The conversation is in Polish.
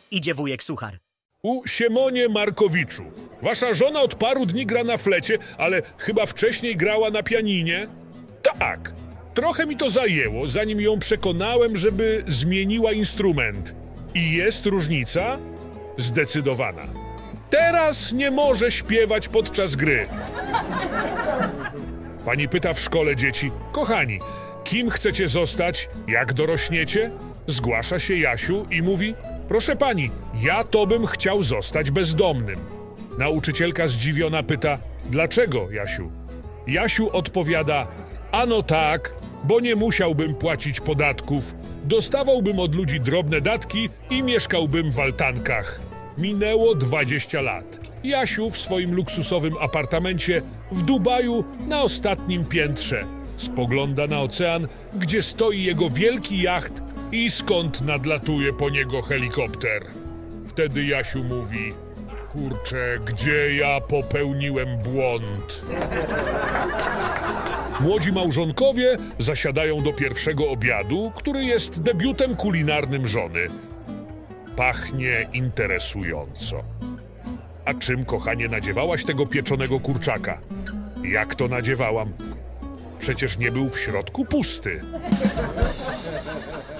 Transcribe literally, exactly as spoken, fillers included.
Idzie wujek Suchar. U Siemonie Markowiczu. Wasza żona od paru dni gra na flecie, ale chyba wcześniej grała na pianinie? Tak. Trochę mi to zajęło, zanim ją przekonałem, żeby zmieniła instrument. I jest różnica? Zdecydowana. Teraz nie może śpiewać podczas gry. Pani pyta w szkole dzieci: kochani, kim chcecie zostać, jak dorośniecie? Zgłasza się Jasiu i mówi: proszę pani, ja to bym chciał zostać bezdomnym. Nauczycielka zdziwiona pyta: dlaczego, Jasiu? Jasiu odpowiada: ano tak, bo nie musiałbym płacić podatków, dostawałbym od ludzi drobne datki i mieszkałbym w altankach. Minęło dwadzieścia lat. Jasiu w swoim luksusowym apartamencie w Dubaju na ostatnim piętrze. Spogląda na ocean, gdzie stoi jego wielki jacht i skąd nadlatuje po niego helikopter. Wtedy Jasiu mówi: kurczę, gdzie ja popełniłem błąd? Młodzi małżonkowie zasiadają do pierwszego obiadu, który jest debiutem kulinarnym żony. Pachnie interesująco. A czym, kochanie, nadziewałaś tego pieczonego kurczaka? Jak to nadziewałam? Przecież nie był w środku pusty.